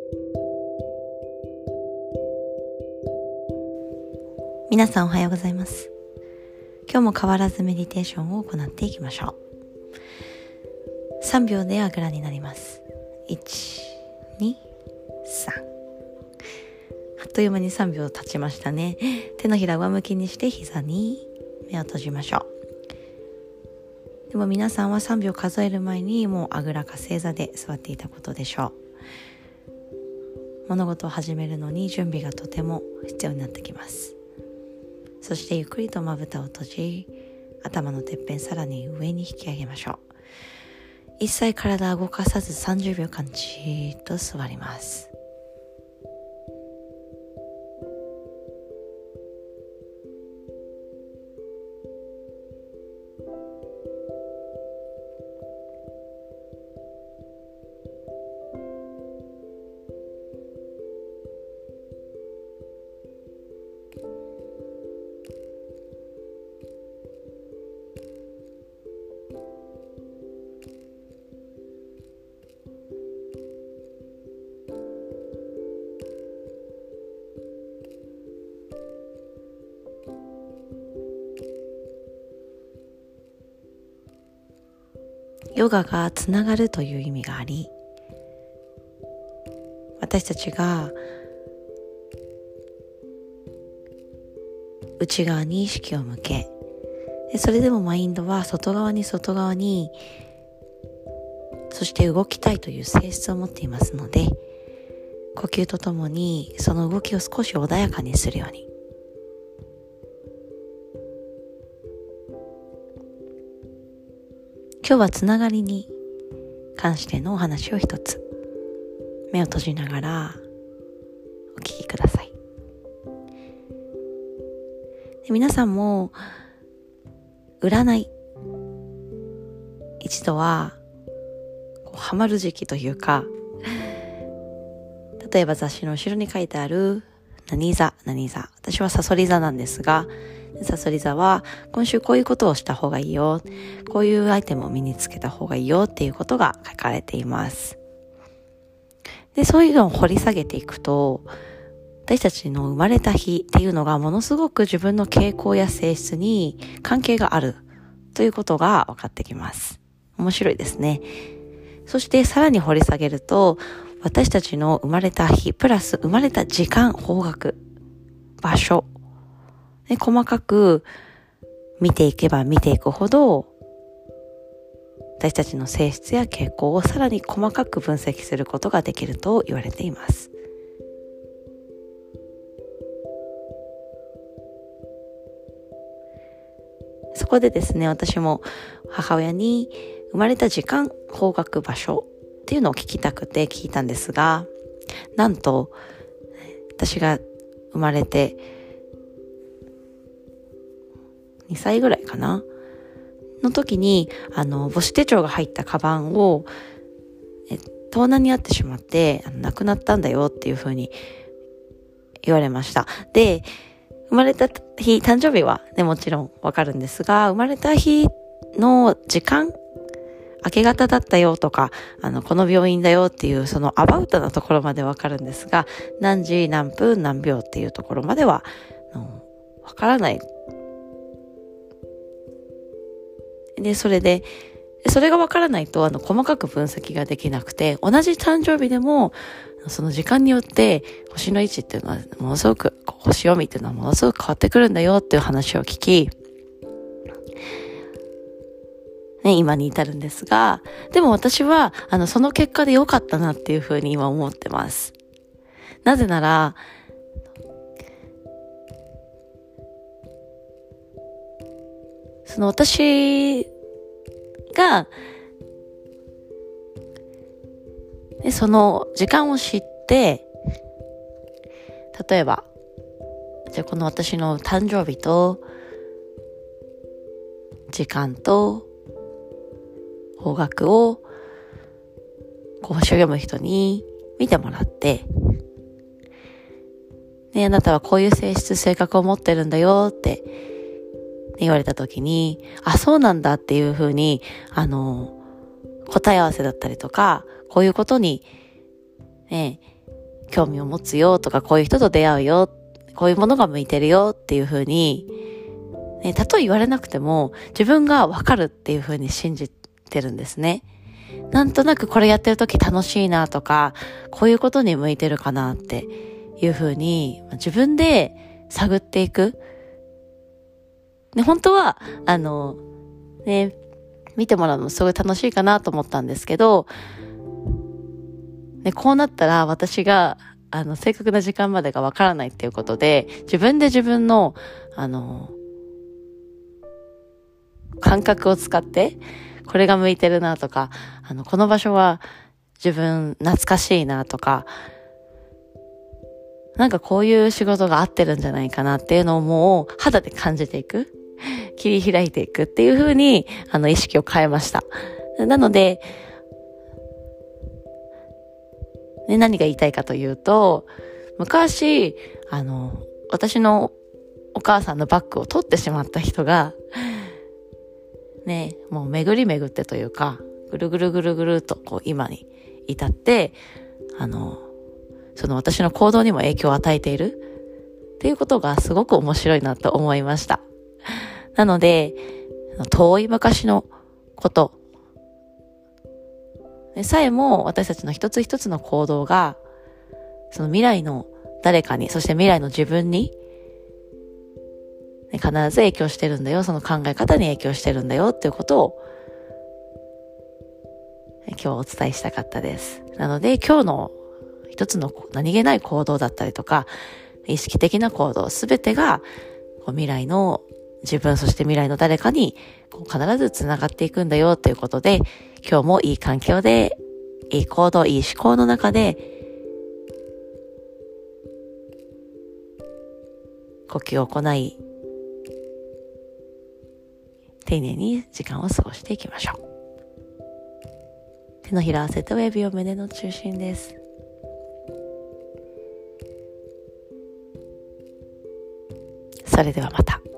皆さんおはようございます。今日も変わらずメディテーションを行っていきましょう。3秒であぐらになります。1、2、3。あっという間に3秒経ちましたね。手のひら上向きにして膝に目を閉じましょう。でも皆さんは3秒数える前にもうあぐらか正座で座っていたことでしょう。物事を始めるのに準備がとても必要になってきます。そしてゆっくりとまぶたを閉じ、頭のてっぺんさらに上に引き上げましょう。一切体を動かさず30秒間じーっと座ります。ヨガがつながるという意味があり、私たちが内側に意識を向け、それでもマインドは外側にそして動きたいという性質を持っていますので、呼吸とともにその動きを少し穏やかにするように、今日はつながりに関してのお話を一つ、目を閉じながらお聞きください。で、皆さんも占い、一度はハマる時期というか、例えば雑誌の後ろに書いてある何座、私はサソリ座なんですが、サソリ座は今週こういうことをした方がいいよ、こういうアイテムを身につけた方がいいよっていうことが書かれています。で、そういうのを掘り下げていくと、私たちの生まれた日っていうのがものすごく自分の傾向や性質に関係があるということが分かってきます。面白いですね。そしてさらに掘り下げると、私たちの生まれた日プラス生まれた時間、方角、場所で細かく見ていけば見ていくほど、私たちの性質や傾向をさらに細かく分析することができると言われています。そこでですね、私も母親に生まれた時間、方角、場所っていうのを聞きたくて聞いたんですが、なんと私が生まれて2歳ぐらいかなの時に母子手帳が入ったカバンを盗難に遭ってしまって亡くなったんだよっていう風に言われました。で、生まれた日、誕生日はね、もちろんわかるんですが、生まれた日の時間、明け方だったよとか、この病院だよっていうそのアバウトなところまでわかるんですが、何時何分何秒っていうところまではわからない。で、それがわからないと細かく分析ができなくて、同じ誕生日でもその時間によって星の位置っていうのはものすごく、星読みっていうのはものすごく変わってくるんだよっていう話を聞き、ね、今に至るんですが、でも私はその結果で良かったなっていうふうに今思ってます。なぜなら、その私がその時間を知って、例えばじゃあこの私の誕生日と時間と方角を星を読む人に見てもらって、ね、あなたはこういう性質、性格を持ってるんだよって言われたときに、あ、そうなんだっていうふうに答え合わせだったりとか、こういうことにね、 興味を持つよとか、こういう人と出会うよ、こういうものが向いてるよっていう風に、ね、たとえ言われなくても自分がわかるっていう風に信じてるんですね。なんとなくこれやってる時楽しいなとか、こういうことに向いてるかなっていう風に自分で探っていく。ね、本当は見てもらうのもすごい楽しいかなと思ったんですけど、ね、こうなったら私が正確な時間までがわからないっていうことで、自分で自分の感覚を使ってこれが向いてるなとか、この場所は自分懐かしいなとか、なんかこういう仕事が合ってるんじゃないかなっていうのをもう肌で感じていく、切り開いていくっていう風に意識を変えました。なので、ね、何が言いたいかというと、昔私のお母さんのバッグを取ってしまった人がね、もう巡り巡ってというか、ぐるぐるぐるぐるとこう今に至って、その私の行動にも影響を与えているっていうことがすごく面白いなと思いました。なので、遠い昔のことさえも私たちの一つ一つの行動が、その未来の誰かに、そして未来の自分に必ず影響してるんだよ、その考え方に影響してるんだよっていうことを今日お伝えしたかったです。なので今日の一つの何気ない行動だったりとか、意識的な行動すべてが未来の自分、そして未来の誰かに必ずつながっていくんだよということで、今日もいい環境で、いい行動、いい思考の中で呼吸を行い、丁寧に時間を過ごしていきましょう。手のひら合わせて親指を胸の中心です。それではまた。